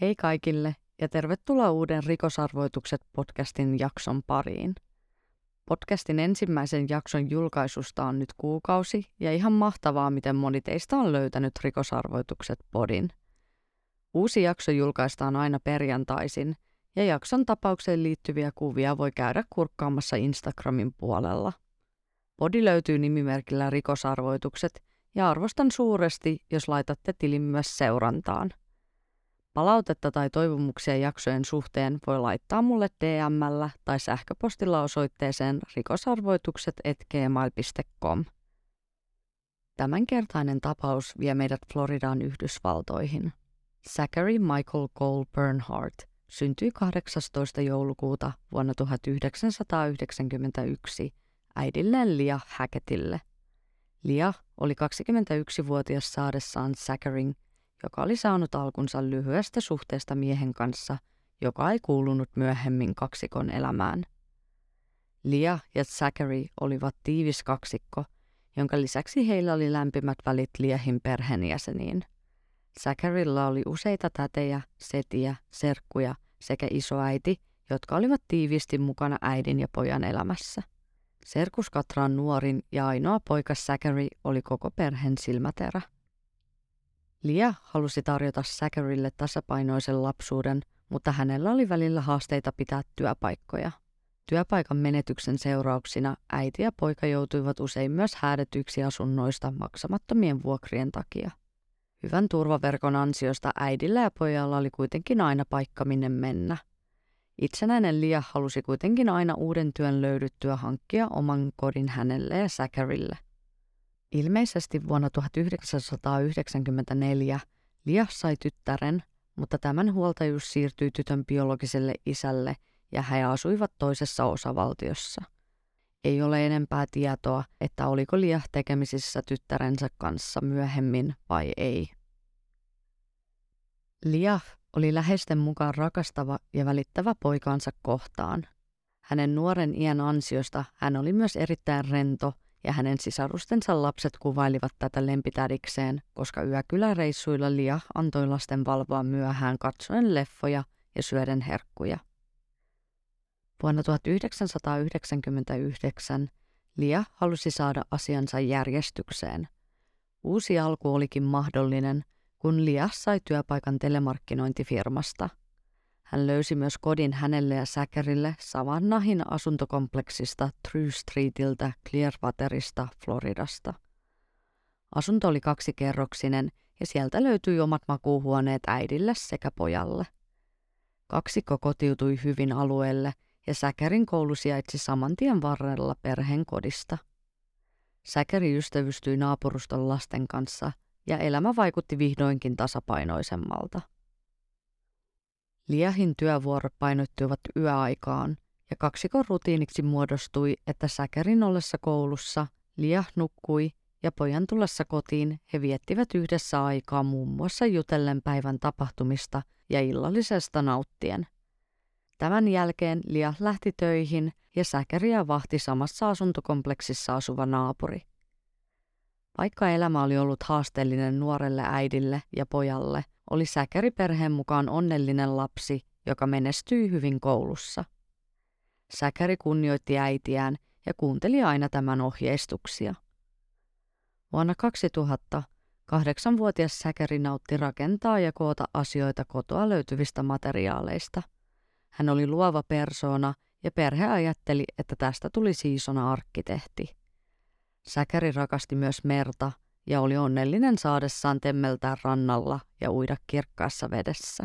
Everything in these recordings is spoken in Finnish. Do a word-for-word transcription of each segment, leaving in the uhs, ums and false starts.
Hei kaikille ja tervetuloa uuden Rikosarvoitukset podcastin jakson pariin. Podcastin ensimmäisen jakson julkaisusta on nyt kuukausi ja ihan mahtavaa, miten moni teistä on löytänyt Rikosarvoitukset podin. Uusi jakso julkaistaan aina perjantaisin ja jakson tapaukseen liittyviä kuvia voi käydä kurkkaamassa Instagramin puolella. Podi löytyy nimimerkillä Rikosarvoitukset ja arvostan suuresti, jos laitatte tilin myös seurantaan. Palautetta tai toivomuksia jaksojen suhteen voi laittaa mulle D M:llä tai sähköpostilla osoitteeseen rikosarvoitukset at gmail dot com. Tämänkertainen tapaus vie meidät Floridaan Yhdysvaltoihin. Zachary Michael Cole Bernhardt syntyi kahdeksastoista joulukuuta vuonna tuhatyhdeksänsataayhdeksänkymmentäyksi äidilleen Leah Hackettille. Leah oli kaksikymmentäyksivuotias saadessaan Zacharyn, joka oli saanut alkunsa lyhyestä suhteesta miehen kanssa, joka ei kuulunut myöhemmin kaksikon elämään. Leah ja Zachary olivat tiivis kaksikko, jonka lisäksi heillä oli lämpimät välit Leahin perheenjäseniin. Zacharylla oli useita tätejä, setiä, serkkuja sekä isoäiti, jotka olivat tiiviisti mukana äidin ja pojan elämässä. Serkus Katran nuorin ja ainoa poika Zachary oli koko perheen silmäterä. Leah halusi tarjota Zacharylle tasapainoisen lapsuuden, mutta hänellä oli välillä haasteita pitää työpaikkoja. Työpaikan menetyksen seurauksina äiti ja poika joutuivat usein myös häädetyiksi asunnoista maksamattomien vuokrien takia. Hyvän turvaverkon ansiosta äidillä ja pojalla oli kuitenkin aina paikka minne mennä. Itsenäinen Leah halusi kuitenkin aina uuden työn löydyttyä hankkia oman kodin hänelle ja Zacharylle. Ilmeisesti vuonna tuhatyhdeksänsataayhdeksänkymmentäneljä Leah sai tyttären, mutta tämän huoltajuus siirtyi tytön biologiselle isälle ja he asuivat toisessa osavaltiossa. Ei ole enempää tietoa, että oliko Leah tekemisissä tyttärensä kanssa myöhemmin vai ei. Leah oli läheisten mukaan rakastava ja välittävä poikaansa kohtaan. Hänen nuoren iän ansiosta hän oli myös erittäin rento ja hänen sisarustensa lapset kuvailivat tätä lempitädikseen, koska yökyläreissuilla Leah antoi lasten valvoa myöhään katsoen leffoja ja syöden herkkuja. Vuonna tuhatyhdeksänsataayhdeksänkymmentäyhdeksän Leah halusi saada asiansa järjestykseen. Uusi alku olikin mahdollinen, kun Leah sai työpaikan telemarkkinointifirmasta. Hän löysi myös kodin hänelle ja Zacharylle Savannahin asuntokompleksista True Streetiltä Clearwaterista, Floridasta. Asunto oli kaksikerroksinen ja sieltä löytyi omat makuuhuoneet äidille sekä pojalle. Kaksikko kotiutui hyvin alueelle ja Zacharyn koulu sijaitsi saman tien varrella perheen kodista. Zachary ystävystyi naapuruston lasten kanssa ja elämä vaikutti vihdoinkin tasapainoisemmalta. Leahin työvuorot painottuivat yöaikaan ja kaksikon rutiiniksi muodostui, että Zacharyn ollessa koulussa Leah nukkui ja pojan tullessa kotiin he viettivät yhdessä aikaa muun muassa jutellen päivän tapahtumista ja illallisesta nauttien. Tämän jälkeen Leah lähti töihin ja Zacharyä vahti samassa asuntokompleksissa asuva naapuri. Vaikka elämä oli ollut haasteellinen nuorelle äidille ja pojalle, oli Zachary perheen mukaan onnellinen lapsi, joka menestyi hyvin koulussa. Zachary kunnioitti äitiään ja kuunteli aina tämän ohjeistuksia. Vuonna kaksituhatta kahdeksanvuotias Zachary nautti rakentaa ja koota asioita kotoa löytyvistä materiaaleista. Hän oli luova persoona ja perhe ajatteli, että tästä tulisi isona arkkitehti. Zachary rakasti myös merta ja oli onnellinen saadessaan temmeltää rannalla ja uida kirkkaassa vedessä.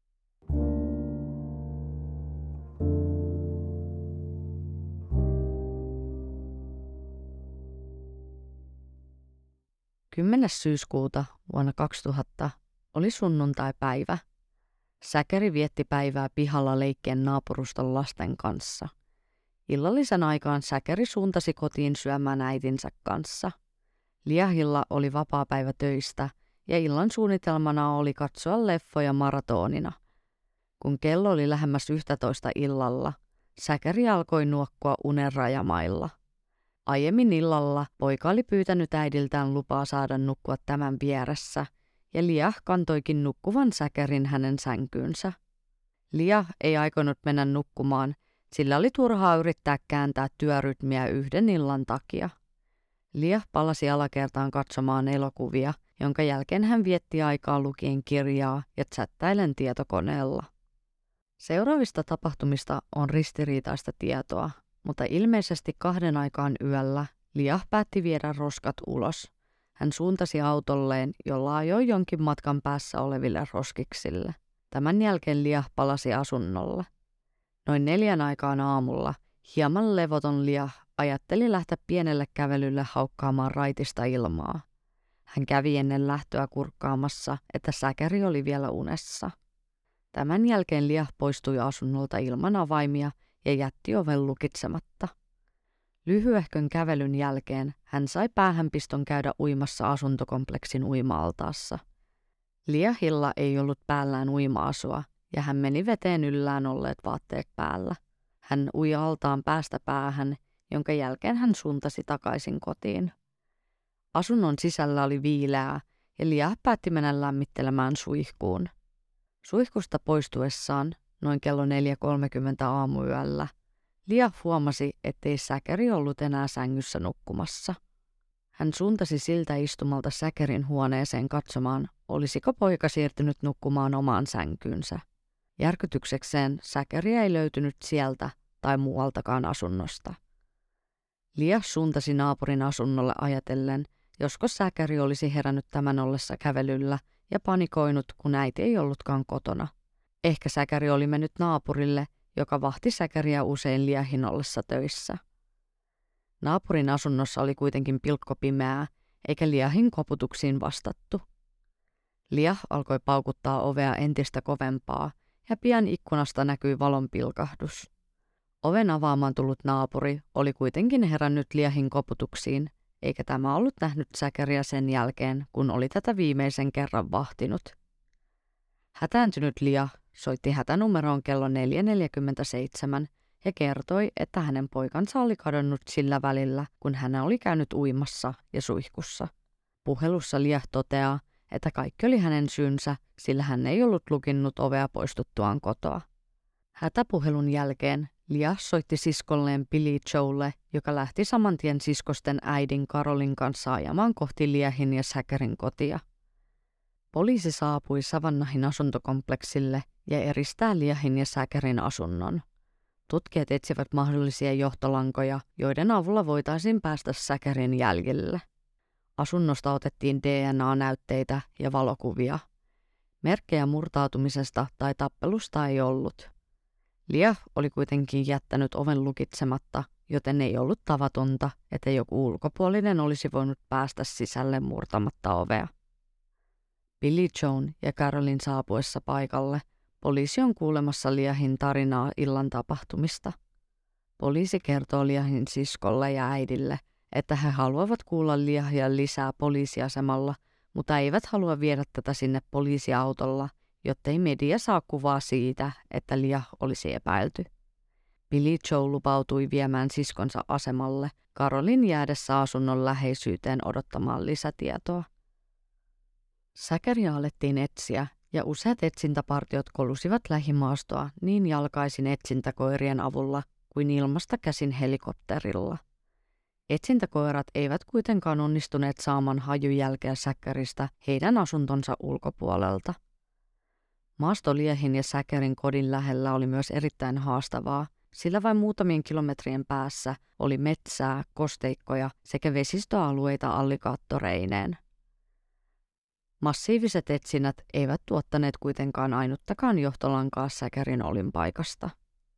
kymmenes syyskuuta vuonna kaksituhatta oli sunnuntaipäivä. Zachary vietti päivää pihalla leikkien naapuruston lasten kanssa. Illallisen aikaan Zachary suuntasi kotiin syömään äitinsä kanssa. Leahilla oli vapaapäivä töistä ja illan suunnitelmana oli katsoa leffoja maratonina. Kun kello oli lähemmäs yksitoista illalla, Zachary alkoi nuokkua unen rajamailla. Aiemmin illalla poika oli pyytänyt äidiltään lupaa saada nukkua tämän vieressä ja Liah kantoikin nukkuvan Zacharin hänen sänkyynsä. Liah ei aikonut mennä nukkumaan, sillä oli turhaa yrittää kääntää työrytmiä yhden illan takia. Liah palasi alakertaan katsomaan elokuvia, jonka jälkeen hän vietti aikaa lukien kirjaa ja chattailen tietokoneella. Seuraavista tapahtumista on ristiriitaista tietoa, mutta ilmeisesti kahden aikaan yöllä Liah päätti viedä roskat ulos. Hän suuntasi autolleen, jolla ajoi jonkin matkan päässä oleville roskiksille. Tämän jälkeen Liah palasi asunnolle. Noin neljän aikaan aamulla hieman levoton Liah ajatteli lähteä pienelle kävelylle haukkaamaan raitista ilmaa. Hän kävi ennen lähtöä kurkkaamassa, että Zachary oli vielä unessa. Tämän jälkeen Liah poistui asunnolta ilman avaimia ja jätti oven lukitsematta. Lyhyehkön kävelyn jälkeen hän sai päähänpiston käydä uimassa asuntokompleksin uima-altaassa. Liahilla ei ollut päällään uima-asua ja hän meni veteen yllään olleet vaatteet päällä. Hän ui altaan päästä päähän, jonka jälkeen hän suuntasi takaisin kotiin. Asunnon sisällä oli viileää ja Liah päätti mennä lämmittelemään suihkuun. Suihkusta poistuessaan, noin kello neljä kolmekymmentä aamuyöllä, Liah huomasi, ettei Zachary ollut enää sängyssä nukkumassa. Hän suuntasi siltä istumalta Zacharyn huoneeseen katsomaan, olisiko poika siirtynyt nukkumaan omaan sänkyynsä. Järkytyksekseen Zachary ei löytynyt sieltä tai muualtakaan asunnosta. Liah suuntasi naapurin asunnolle ajatellen, josko Zachary olisi herännyt tämän ollessa kävelyllä ja panikoinut, kun äiti ei ollutkaan kotona. Ehkä Zachary oli mennyt naapurille, joka vahti Zacharyä usein Liahin ollessa töissä. Naapurin asunnossa oli kuitenkin pilkkopimeää, eikä Liahin koputuksiin vastattu. Liah alkoi paukuttaa ovea entistä kovempaa, ja pian ikkunasta näkyi valon pilkahdus. Oven avaamaan tullut naapuri oli kuitenkin herännyt Liahin koputuksiin, eikä tämä ollut nähnyt Zacharyä sen jälkeen, kun oli tätä viimeisen kerran vahtinut. Hätääntynyt Liah soitti hätänumeroon kello neljä neljäkymmentäseitsemän ja kertoi, että hänen poikansa oli kadonnut sillä välillä, kun hän oli käynyt uimassa ja suihkussa. Puhelussa Liah toteaa, että kaikki oli hänen syynsä, sillä hän ei ollut lukinnut ovea poistuttuaan kotoa. Hätäpuhelun jälkeen Liah soitti siskolleen Billy Joelle, joka lähti saman tien siskosten äidin Carolin kanssa ajamaan kohti Liahin ja Zacharyn kotia. Poliisi saapui Savannahin asuntokompleksille ja eristää Liahin ja Zacharyn asunnon. Tutkijat etsivät mahdollisia johtolankoja, joiden avulla voitaisiin päästä Zacharyn jäljille. Asunnosta otettiin D N A-näytteitä ja valokuvia. Merkkejä murtautumisesta tai tappelusta ei ollut. Liah oli kuitenkin jättänyt oven lukitsematta, joten ei ollut tavatonta, että joku ulkopuolinen olisi voinut päästä sisälle murtamatta ovea. Billy Joan ja Carolin saapuessa paikalle poliisi on kuulemassa Liahin tarinaa illan tapahtumista. Poliisi kertoo Liahin siskolle ja äidille, että he haluavat kuulla Liahia lisää poliisiasemalla, mutta eivät halua viedä tätä sinne poliisiautolla, jottei media saa kuvaa siitä, että Liah olisi epäilty. Billy Joe lupautui viemään siskonsa asemalle Carolin jäädessä asunnon läheisyyteen odottamaan lisätietoa. Zacharya alettiin etsiä ja useat etsintäpartiot kolusivat lähimaastoa niin jalkaisin etsintäkoirien avulla kuin ilmasta käsin helikopterilla. Etsintäkoirat eivät kuitenkaan onnistuneet saamaan hajujälkeä Zacharystä heidän asuntonsa ulkopuolelta. Maasto Liahin ja Zacharyn kodin lähellä oli myös erittäin haastavaa, sillä vain muutamien kilometrien päässä oli metsää, kosteikkoja sekä vesistöalueita alligaattoreineen. Massiiviset etsinnät eivät tuottaneet kuitenkaan ainuttakaan johtolankaa Zacharyn olinpaikasta.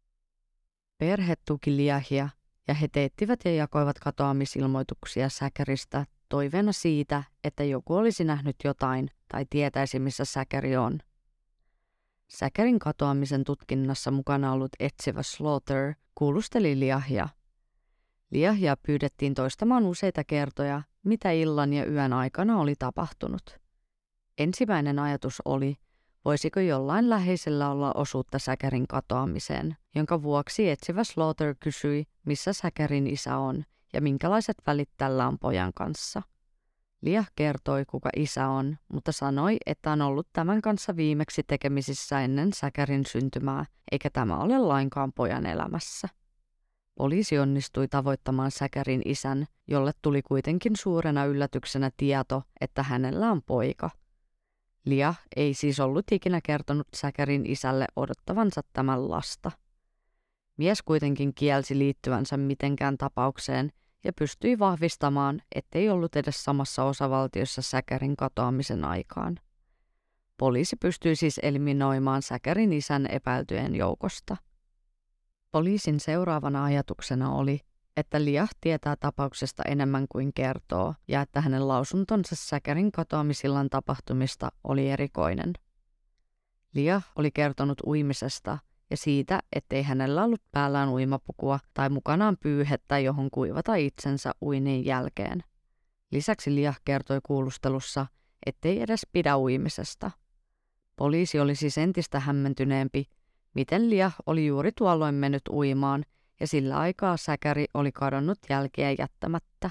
Perhe tuki Liahia ja he teettivät ja jakoivat katoamisilmoituksia Zacharystä toiveena siitä, että joku olisi nähnyt jotain tai tietäisi, missä Zachary on. Zacharyn katoamisen tutkinnassa mukana ollut etsivä Slaughter kuulusteli Liahia. Liahia pyydettiin toistamaan useita kertoja, mitä illan ja yön aikana oli tapahtunut. Ensimmäinen ajatus oli, voisiko jollain läheisellä olla osuutta Zacharyn katoamiseen, jonka vuoksi etsivä Slaughter kysyi, missä Zacharyn isä on ja minkälaiset välit tällä on pojan kanssa. Leah kertoi, kuka isä on, mutta sanoi, että on ollut tämän kanssa viimeksi tekemisissä ennen Zacharin syntymää, eikä tämä ole lainkaan pojan elämässä. Poliisi onnistui tavoittamaan Zacharin isän, jolle tuli kuitenkin suurena yllätyksenä tieto, että hänellä on poika. Leah ei siis ollut ikinä kertonut Zacharin isälle odottavansa tämän lasta. Mies kuitenkin kielsi liittyvänsä mitenkään tapaukseen ja pystyi vahvistamaan, ettei ollut edes samassa osavaltiossa Zacharin katoamisen aikaan. Poliisi pystyi siis eliminoimaan Zacharin isän epäiltyjen joukosta. Poliisin seuraavana ajatuksena oli, että Leah tietää tapauksesta enemmän kuin kertoo ja että hänen lausuntonsa Zacharin katoamisillan tapahtumista oli erikoinen. Leah oli kertonut uimisesta ja siitä, ettei hänellä ollut päällään uimapukua tai mukanaan pyyhettä, johon kuivata itsensä uinnin jälkeen. Lisäksi Leah kertoi kuulustelussa, ettei edes pidä uimisesta. Poliisi oli siis entistä hämmentyneempi, miten Leah oli juuri tuolloin mennyt uimaan ja sillä aikaa Zachary oli kadonnut jälkeä jättämättä.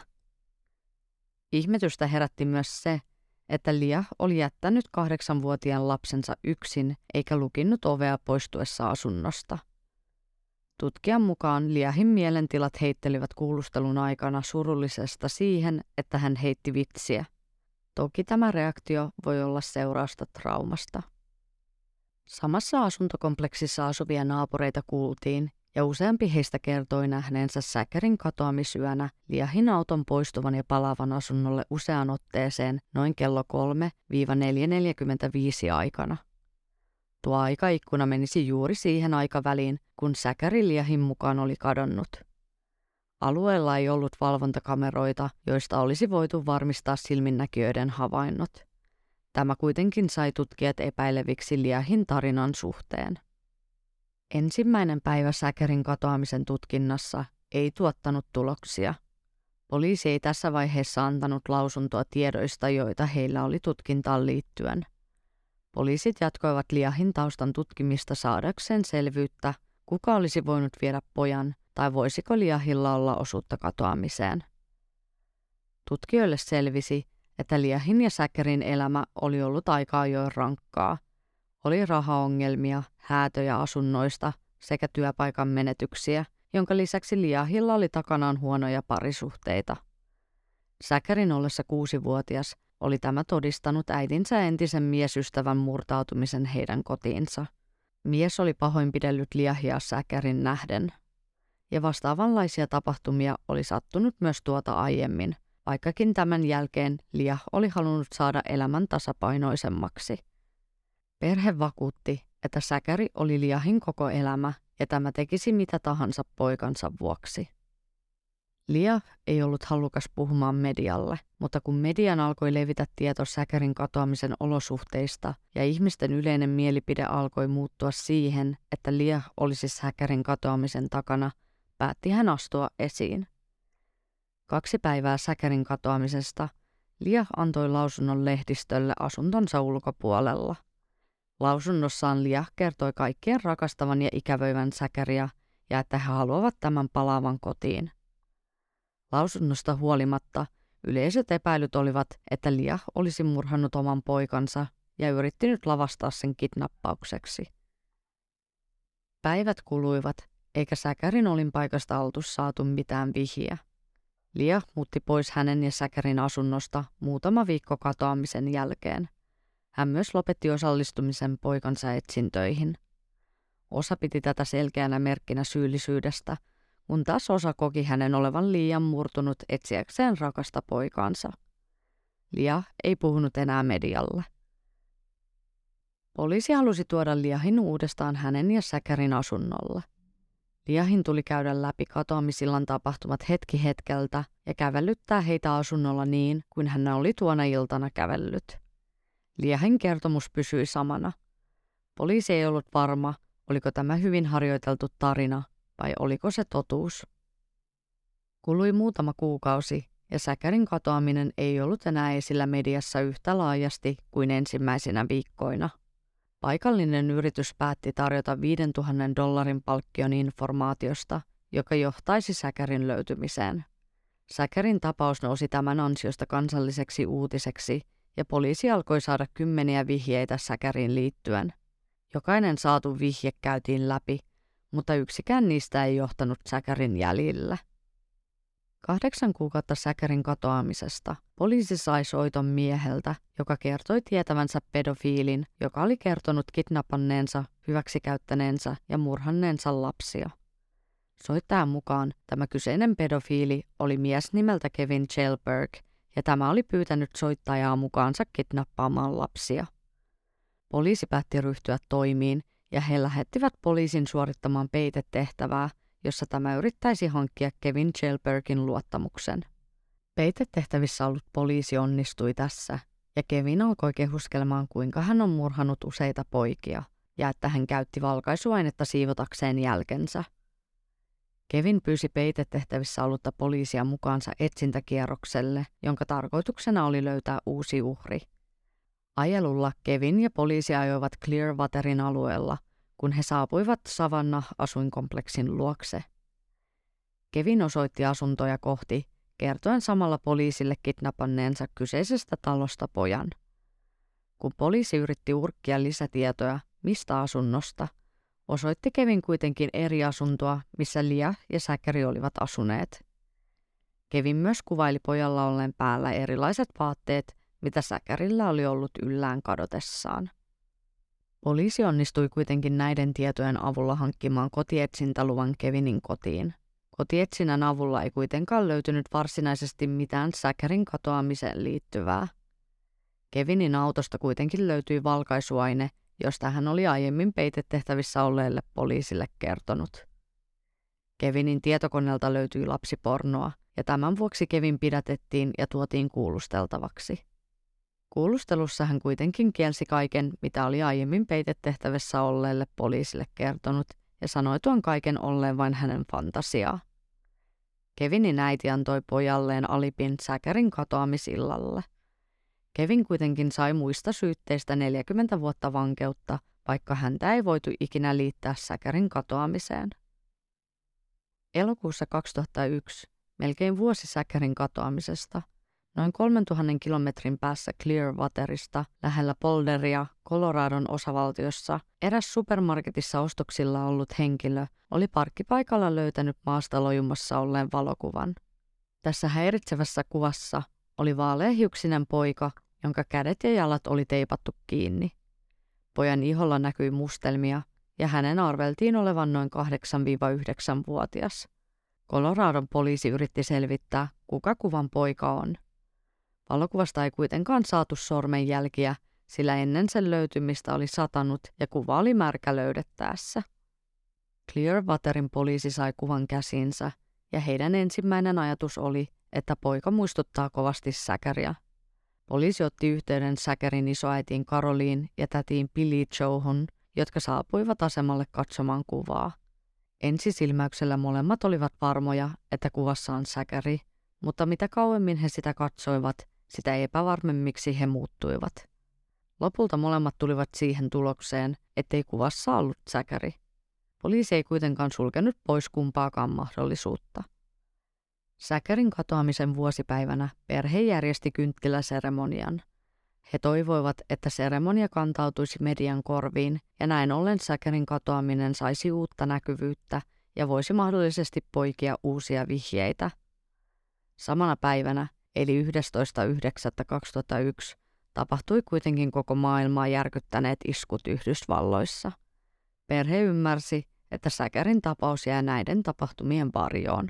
Ihmetystä herätti myös se, että Leah oli jättänyt kahdeksanvuotiaan lapsensa yksin eikä lukinnut ovea poistuessa asunnosta. Tutkijan mukaan Leahin mielentilat heittelivät kuulustelun aikana surullisesta siihen, että hän heitti vitsiä. Toki tämä reaktio voi olla seurausta traumasta. Samassa asuntokompleksissa asuvia naapureita kuultiin, ja useampi heistä kertoi nähneensä Zacharin katoamisyönä Leahin auton poistuvan ja palaavan asunnolle useaan otteeseen noin kello kolme neljä neljäkymmentäviisi aikana. Tuo aikaikkuna menisi juuri siihen aikaväliin, kun Zachary Leahin mukaan oli kadonnut. Alueella ei ollut valvontakameroita, joista olisi voitu varmistaa silminnäkijöiden havainnot. Tämä kuitenkin sai tutkijat epäileviksi Leahin tarinan suhteen. Ensimmäinen päivä Zacharin katoamisen tutkinnassa ei tuottanut tuloksia. Poliisi ei tässä vaiheessa antanut lausuntoa tiedoista, joita heillä oli tutkintaan liittyen. Poliisit jatkoivat Leahin taustan tutkimista saadakseen selvyyttä, kuka olisi voinut viedä pojan tai voisiko Leahilla olla osuutta katoamiseen. Tutkijoille selvisi, että Leahin ja Zacharin elämä oli ollut aika ajoin rankkaa. Oli rahaongelmia, häätöjä asunnoista sekä työpaikan menetyksiä, jonka lisäksi Leahilla oli takanaan huonoja parisuhteita. Zacharin ollessa kuusivuotias oli tämä todistanut äitinsä entisen miesystävän murtautumisen heidän kotiinsa. Mies oli pahoinpidellyt Leahia Zacharin nähden. Ja vastaavanlaisia tapahtumia oli sattunut myös tuota aiemmin, vaikkakin tämän jälkeen Leah oli halunnut saada elämän tasapainoisemmaksi. Perhe vakuutti, että Zachary oli Leahin koko elämä ja tämä tekisi mitä tahansa poikansa vuoksi. Leah ei ollut halukas puhumaan medialle, mutta kun median alkoi levitä tieto Zacharin katoamisen olosuhteista ja ihmisten yleinen mielipide alkoi muuttua siihen, että Leah olisi Zacharin katoamisen takana, päätti hän astua esiin. Kaksi päivää Zacharin katoamisesta Leah antoi lausunnon lehdistölle asuntonsa ulkopuolella. Lausunnossaan Leah kertoi kaikkien rakastavan ja ikävöivän Zacharia ja että he haluavat tämän palaavan kotiin. Lausunnosta huolimatta yleiset epäilyt olivat, että Leah olisi murhannut oman poikansa ja yrittänyt lavastaa sen kidnappaukseksi. Päivät kuluivat, eikä Zacharin olinpaikasta oltu saatu mitään vihjiä. Leah muutti pois hänen ja Zacharin asunnosta muutama viikko katoamisen jälkeen. Hän myös lopetti osallistumisen poikansa etsintöihin. Osa piti tätä selkeänä merkkinä syyllisyydestä, kun taas osa koki hänen olevan liian murtunut etsiäkseen rakasta poikaansa. Leah ei puhunut enää medialle. Poliisi halusi tuoda Leahin uudestaan hänen ja Zacharin asunnolle. Leahin tuli käydä läpi katoamisillan tapahtumat hetki hetkeltä ja kävellyttää heitä asunnolla niin, kuin hän oli tuona iltana kävellyt. Leahin kertomus pysyi samana. Poliisi ei ollut varma, oliko tämä hyvin harjoiteltu tarina vai oliko se totuus. Kului muutama kuukausi ja Zacharin katoaminen ei ollut enää esillä mediassa yhtä laajasti kuin ensimmäisenä viikkoina. Paikallinen yritys päätti tarjota viisituhatta dollarin palkkion informaatiosta, joka johtaisi Zacharin löytymiseen. Zacharyn tapaus nousi tämän ansiosta kansalliseksi uutiseksi ja poliisi alkoi saada kymmeniä vihjeitä Zacharyn liittyen. Jokainen saatu vihje käytiin läpi, mutta yksikään niistä ei johtanut Zacharyn jäljille. Kahdeksan kuukautta Zacharyn katoamisesta poliisi sai soiton mieheltä, joka kertoi tietävänsä pedofiilin, joka oli kertonut kidnappanneensa, hyväksikäyttäneensä ja murhanneensa lapsia. Soittajan mukaan tämä kyseinen pedofiili oli mies nimeltä Kevin Kjellberg, ja tämä oli pyytänyt soittajaa mukaansa kidnappaamaan lapsia. Poliisi päätti ryhtyä toimiin, ja he lähettivät poliisin suorittamaan peitetehtävää, jossa tämä yrittäisi hankkia Kevin Kjellbergin luottamuksen. Peitetehtävissä ollut poliisi onnistui tässä, ja Kevin alkoi kehuskelemaan, kuinka hän on murhannut useita poikia, ja että hän käytti valkaisuainetta siivotakseen jälkensä. Kevin pyysi peitetehtävissä ollutta poliisia mukaansa etsintäkierrokselle, jonka tarkoituksena oli löytää uusi uhri. Ajelulla Kevin ja poliisi ajoivat Clearwaterin alueella, kun he saapuivat Savannah-asuinkompleksin luokse. Kevin osoitti asuntoja kohti, kertoen samalla poliisille kidnappanneensa kyseisestä talosta pojan. Kun poliisi yritti urkkia lisätietoja, mistä asunnosta, osoitti Kevin kuitenkin eri asuntoa, missä Leah ja Zachary olivat asuneet. Kevin myös kuvaili pojalla olleen päällä erilaiset vaatteet, mitä Zacharylla oli ollut yllään kadotessaan. Poliisi onnistui kuitenkin näiden tietojen avulla hankkimaan kotietsintäluvan Kevinin kotiin. Kotietsinnän avulla ei kuitenkaan löytynyt varsinaisesti mitään Zacharyn katoamiseen liittyvää. Kevinin autosta kuitenkin löytyi valkaisuaine, josta hän oli aiemmin peitetehtävissä olleelle poliisille kertonut. Kevinin tietokoneelta löytyi lapsipornoa, ja tämän vuoksi Kevin pidätettiin ja tuotiin kuulusteltavaksi. Kuulustelussa hän kuitenkin kielsi kaiken, mitä oli aiemmin peitetehtävissä olleelle poliisille kertonut, ja sanoi tuon kaiken olleen vain hänen fantasiaa. Kevinin äiti antoi pojalleen alipin Zacharyn katoamisillalle. Kevin kuitenkin sai muista syytteistä neljäkymmentä vuotta vankeutta, vaikka häntä ei voitu ikinä liittää Zacharyn katoamiseen. Elokuussa kaksituhattayksi, melkein vuosi Zacharyn katoamisesta, noin kolmentuhannen kilometrin päässä Clearwaterista lähellä Boulderia, Coloradon osavaltiossa, eräs supermarketissa ostoksilla ollut henkilö oli parkkipaikalla löytänyt maasta lojumassa olleen valokuvan. Tässä häiritsevässä kuvassa oli vaaleahiuksinen poika, jonka kädet ja jalat oli teipattu kiinni. Pojan iholla näkyi mustelmia ja hänen arveltiin olevan noin kahdeksan-yhdeksän-vuotias. Coloradon poliisi yritti selvittää, kuka kuvan poika on. Valokuvasta ei kuitenkaan saatu sormenjälkiä, sillä ennen sen löytymistä oli satanut ja kuva oli märkä löydettäessä. Clearwaterin poliisi sai kuvan käsiinsä ja heidän ensimmäinen ajatus oli, että poika muistuttaa kovasti Zacharya. Poliisi otti yhteyden Zacharyn isoäitiin Caroline ja tätiin Billie Joehun, jotka saapuivat asemalle katsomaan kuvaa. Ensisilmäyksellä molemmat olivat varmoja, että kuvassa on Zachary, mutta mitä kauemmin he sitä katsoivat, sitä epävarmemmiksi he muuttuivat. Lopulta molemmat tulivat siihen tulokseen, ettei kuvassa ollut Zachary. Poliisi ei kuitenkaan sulkenut pois kumpaakaan mahdollisuutta. Zacharyn katoamisen vuosipäivänä perhe järjesti kynttiläseremonian. He toivoivat, että seremonia kantautuisi median korviin ja näin ollen Zacharyn katoaminen saisi uutta näkyvyyttä ja voisi mahdollisesti poikia uusia vihjeitä. Samana päivänä, eli yhdestoista yhdeksättä kaksituhattayksi, tapahtui kuitenkin koko maailmaa järkyttäneet iskut Yhdysvalloissa. Perhe ymmärsi, että Zacharyn tapaus jää näiden tapahtumien varjoon.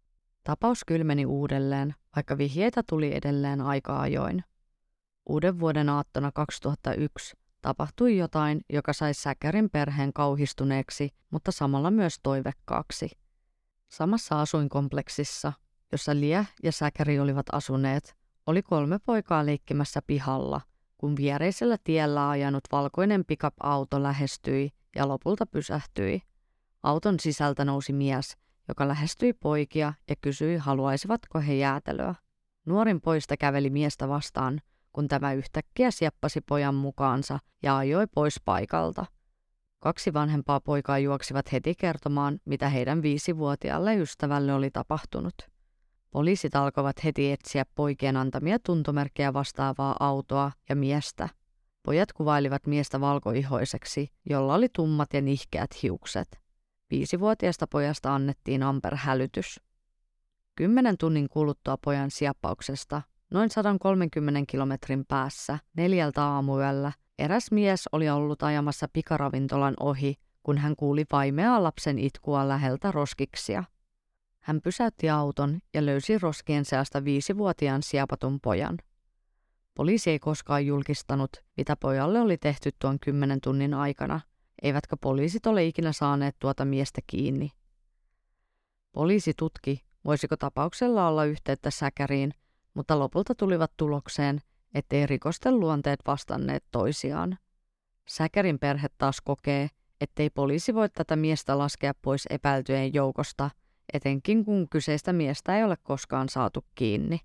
Tapaus kylmeni uudelleen, vaikka vihjeitä tuli edelleen aika ajoin. Uuden vuoden aattona kaksituhattayksi tapahtui jotain, joka sai Zacharyn perheen kauhistuneeksi, mutta samalla myös toivekkaaksi. Samassa asuinkompleksissa, jossa Leah ja Zachary olivat asuneet, oli kolme poikaa leikkimässä pihalla, kun viereisellä tiellä ajanut valkoinen pick-up-auto lähestyi ja lopulta pysähtyi. Auton sisältä nousi mies, joka lähestyi poikia ja kysyi, haluaisivatko he jäätelöä. Nuorin poista käveli miestä vastaan, kun tämä yhtäkkiä sieppasi pojan mukaansa ja ajoi pois paikalta. Kaksi vanhempaa poikaa juoksivat heti kertomaan, mitä heidän viisivuotiaalle ystävälle oli tapahtunut. Poliisit alkoivat heti etsiä poikien antamia tuntomerkkejä vastaavaa autoa ja miestä. Pojat kuvailivat miestä valkoihoiseksi, jolla oli tummat ja nihkeät hiukset. Viisivuotiaasta pojasta annettiin Amber-hälytys. Kymmenen tunnin kuluttua pojan sieppauksesta, noin sata kolmekymmentä kilometrin päässä, neljältä aamuyöllä, eräs mies oli ollut ajamassa pikaravintolan ohi, kun hän kuuli vaimeaa lapsen itkua läheltä roskiksia. Hän pysäytti auton ja löysi roskien seasta viisivuotiaan siepatun pojan. Poliisi ei koskaan julkistanut, mitä pojalle oli tehty tuon kymmenen tunnin aikana, eivätkä poliisit ole ikinä saaneet tuota miestä kiinni. Poliisi tutki, voisiko tapauksella olla yhteyttä Zacharyin, mutta lopulta tulivat tulokseen, ettei rikosten luonteet vastanneet toisiaan. Zacharyin perhe taas kokee, ettei poliisi voi tätä miestä laskea pois epäiltyjen joukosta, etenkin kun kyseistä miestä ei ole koskaan saatu kiinni.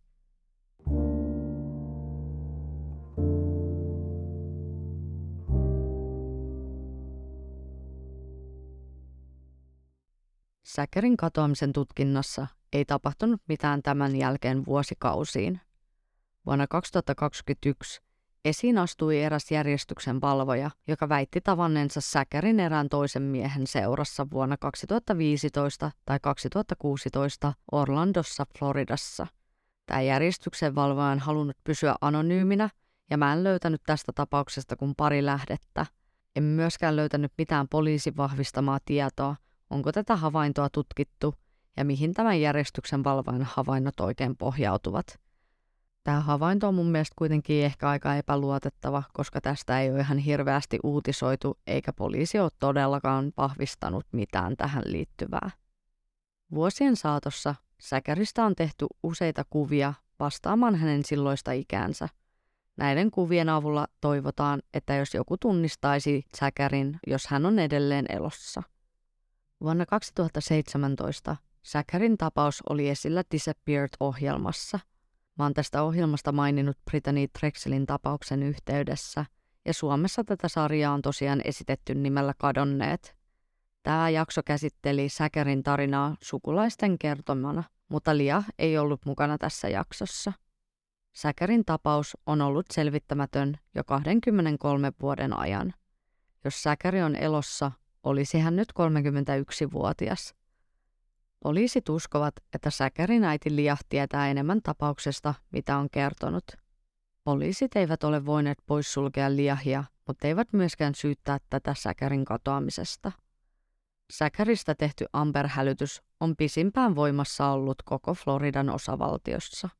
Zacharyin katoamisen tutkinnassa ei tapahtunut mitään tämän jälkeen vuosikausiin. Vuonna kaksituhattakaksikymmentäyksi esiin astui eräs järjestyksen valvoja, joka väitti tavanneensa Zacharyin erään toisen miehen seurassa vuonna kaksituhattaviisitoista tai kaksituhattakuusitoista Orlandossa, Floridassa. Tämä järjestyksen valvoja on halunnut pysyä anonyyminä, ja mä en löytänyt tästä tapauksesta kuin pari lähdettä. En myöskään löytänyt mitään poliisin vahvistamaa tietoa, onko tätä havaintoa tutkittu ja mihin tämän järjestyksen valvojan havainnot oikein pohjautuvat. Tämä havainto on mun mielestä kuitenkin ehkä aika epäluotettava, koska tästä ei ole ihan hirveästi uutisoitu, eikä poliisi ole todellakaan vahvistanut mitään tähän liittyvää. Vuosien saatossa Zacharista on tehty useita kuvia vastaamaan hänen silloista ikäänsä. Näiden kuvien avulla toivotaan, että jos joku tunnistaisi Zacharyin, jos hän on edelleen elossa. Vuonna kaksituhattaseitsemäntoista Zacharyin tapaus oli esillä Disappeared-ohjelmassa. Mä oon tästä ohjelmasta maininnut Brittany Drexelin tapauksen yhteydessä, ja Suomessa tätä sarjaa on tosiaan esitetty nimellä Kadonneet. Tämä jakso käsitteli Zacharyin tarinaa sukulaisten kertomana, mutta Leah ei ollut mukana tässä jaksossa. Zacharyin tapaus on ollut selvittämätön jo kaksikymmentäkolme vuoden ajan. Jos Zachary on elossa, olisi hän nyt kolmekymmentäyksivuotias. Poliisit uskovat, että Zacharyin äiti Leah tietää enemmän tapauksesta, mitä on kertonut. Poliisit eivät ole voineet poissulkea Leahia, mutta eivät myöskään syyttää tätä Zacharyin katoamisesta. Zacharysta tehty Amber-hälytys on pisimpään voimassa ollut koko Floridan osavaltiossa.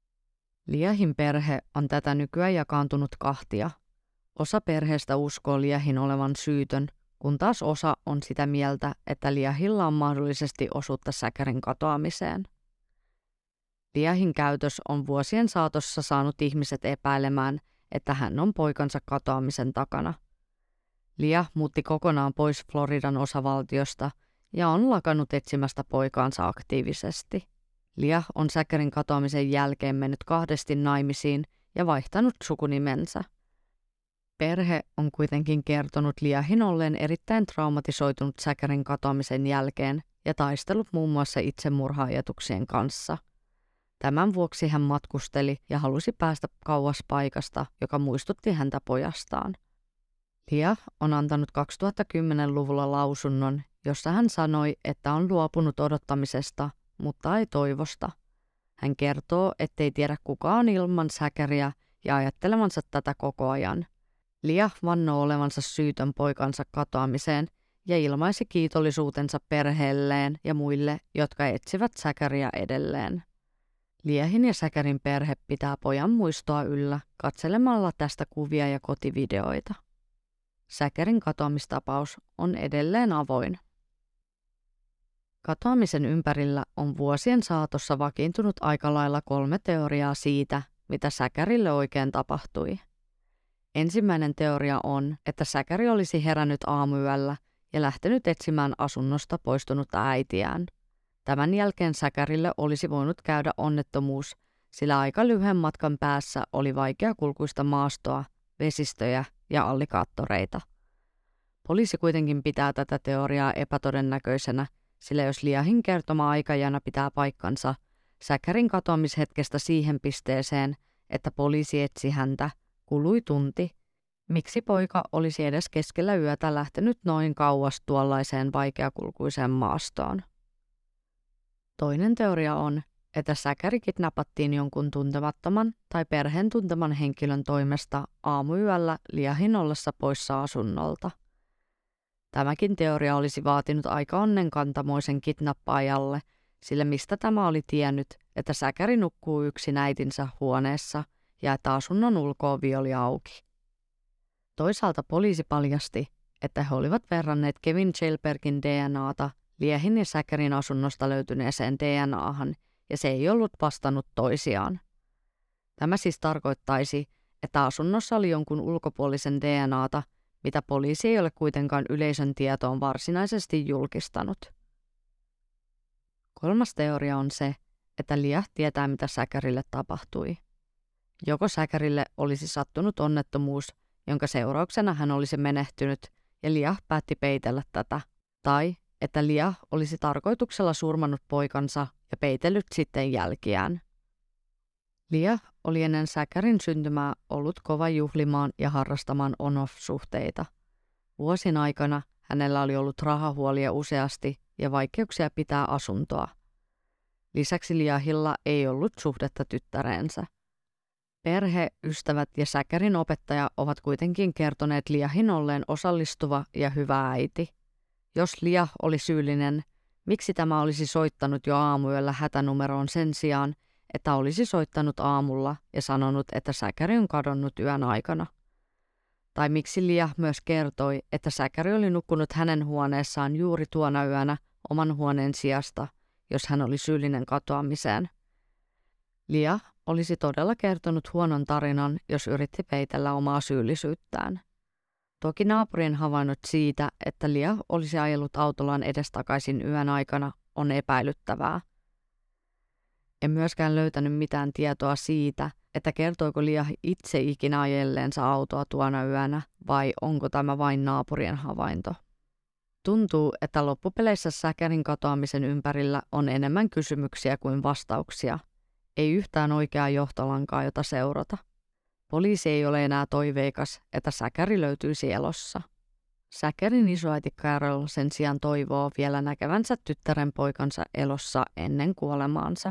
Leahin perhe on tätä nykyään jakaantunut kahtia. Osa perheestä uskoo Leahin olevan syytön, kun taas osa on sitä mieltä, että Leahilla on mahdollisesti osuutta Zacharyin katoamiseen. Leahin käytös on vuosien saatossa saanut ihmiset epäilemään, että hän on poikansa katoamisen takana. Leah muutti kokonaan pois Floridan osavaltiosta ja on lakannut etsimästä poikaansa aktiivisesti. Leah on Zacharyin katoamisen jälkeen mennyt kahdesti naimisiin ja vaihtanut sukunimensä. Perhe on kuitenkin kertonut Leahin olleen erittäin traumatisoitunut Zacharyin katoamisen jälkeen ja taistellut muun muassa itsemurha-ajatuksien kanssa. Tämän vuoksi hän matkusteli ja halusi päästä kauas paikasta, joka muistutti häntä pojastaan. Leah on antanut kaksituhattakymmenluvulla lausunnon, jossa hän sanoi, että on luopunut odottamisesta, mutta ei toivosta. Hän kertoo, ettei tiedä kukaan ilman Zacharyä ja ajattelevansa tätä koko ajan. Leah vannoo olevansa syytön poikansa katoamiseen ja ilmaisi kiitollisuutensa perheelleen ja muille, jotka etsivät Zacharyä edelleen. Leahin ja Zacharyin perhe pitää pojan muistoa yllä katselemalla tästä kuvia ja kotivideoita. Zacharyin katoamistapaus on edelleen avoin. Katoamisen ympärillä on vuosien saatossa vakiintunut aika lailla kolme teoriaa siitä, mitä Zacharylle oikein tapahtui. Ensimmäinen teoria on, että Zachary olisi herännyt aamuyöllä ja lähtenyt etsimään asunnosta poistunutta äitiään. Tämän jälkeen Zacharylle olisi voinut käydä onnettomuus, sillä aika lyhyen matkan päässä oli vaikeakulkuista maastoa, vesistöjä ja allikaattoreita. Poliisi kuitenkin pitää tätä teoriaa epätodennäköisenä, sillä jos Leahin kertoma aikajana pitää paikkansa, Zacharyn katoamishetkestä siihen pisteeseen, että poliisi etsi häntä, kului tunti. Miksi poika olisi edes keskellä yötä lähtenyt noin kauas tuollaiseen vaikeakulkuiseen maastoon? Toinen teoria on, että Zachary kidnappattiin jonkun tuntemattoman tai perheen tunteman henkilön toimesta aamuyöllä Leahin ollessa poissa asunnolta. Tämäkin teoria olisi vaatinut aika onnenkantamoisen kidnappaajalle, sillä mistä tämä oli tiennyt, että Zachary nukkuu yksin äitinsä huoneessa ja että asunnon ulko-ovi oli auki. Toisaalta poliisi paljasti, että he olivat verranneet Kevin Kjellbergin D N A:ta Leahin ja Zacharyn asunnosta löytyneeseen D N A:han, ja se ei ollut vastannut toisiaan. Tämä siis tarkoittaisi, että asunnossa oli jonkun ulkopuolisen D N A:ta, mitä poliisi ei ole kuitenkaan yleisön tietoon varsinaisesti julkistanut. Kolmas teoria on se, että Leah tietää, mitä Zacharylle tapahtui. Joko Zacharylle olisi sattunut onnettomuus, jonka seurauksena hän olisi menehtynyt, ja Leah päätti peitellä tätä, tai että Leah olisi tarkoituksella surmannut poikansa ja peitellyt sitten jälkiään. Leah oli ennen Zacharyn syntymää ollut kova juhlimaan ja harrastamaan on-off-suhteita. Vuosien aikana hänellä oli ollut rahahuolia useasti ja vaikeuksia pitää asuntoa. Lisäksi Leahilla ei ollut suhdetta tyttäreensä. Perhe, ystävät ja Zacharyn opettaja ovat kuitenkin kertoneet Leahin olleen osallistuva ja hyvä äiti. Jos Leah oli syyllinen, miksi tämä olisi soittanut jo aamuyöllä hätänumeroon sen sijaan, että olisi soittanut aamulla ja sanonut, että Zachary on kadonnut yön aikana? Tai miksi Leah myös kertoi, että Zachary oli nukkunut hänen huoneessaan juuri tuona yönä oman huoneen sijasta, jos hän oli syyllinen katoamiseen? Leah olisi todella kertonut huonon tarinan, jos yritti peitellä omaa syyllisyyttään. Toki naapurien havainnot siitä, että Leah olisi ajellut autollaan edestakaisin yön aikana, on epäilyttävää. En myöskään löytänyt mitään tietoa siitä, että kertoiko Leah itse ikinä ajelleensa autoa tuona yönä vai onko tämä vain naapurien havainto. Tuntuu, että loppupeleissä Zacharyn katoamisen ympärillä on enemmän kysymyksiä kuin vastauksia. Ei yhtään oikeaa johtolankaa, jota seurata. Poliisi ei ole enää toiveikas, että Zachary löytyisi elossa. Zacharyn isoäiti Carol sen sijaan toivoo vielä näkevänsä tyttären poikansa elossa ennen kuolemaansa.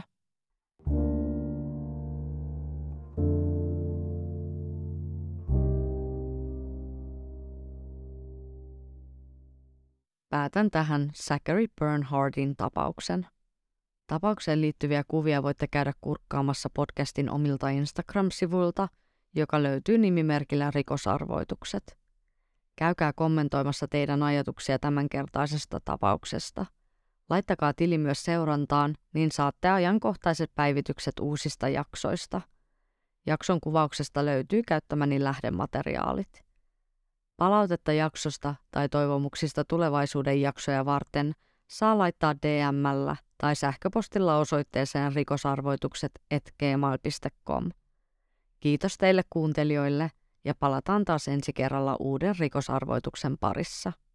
Päätän tähän Zachary Bernhardin tapauksen. Tapaukseen liittyviä kuvia voitte käydä kurkkaamassa podcastin omilta Instagram-sivuilta, joka löytyy nimimerkillä Rikosarvoitukset. Käykää kommentoimassa teidän ajatuksia tämänkertaisesta tapauksesta. Laittakaa tili myös seurantaan, niin saatte ajankohtaiset päivitykset uusista jaksoista. Jakson kuvauksesta löytyy käyttämäni lähdemateriaalit. Palautetta jaksosta tai toivomuksista tulevaisuuden jaksoja varten saa laittaa D M:llä tai sähköpostilla osoitteeseen rikosarvoitukset at gmail piste com. Kiitos teille kuuntelijoille ja palataan taas ensi kerralla uuden rikosarvoituksen parissa.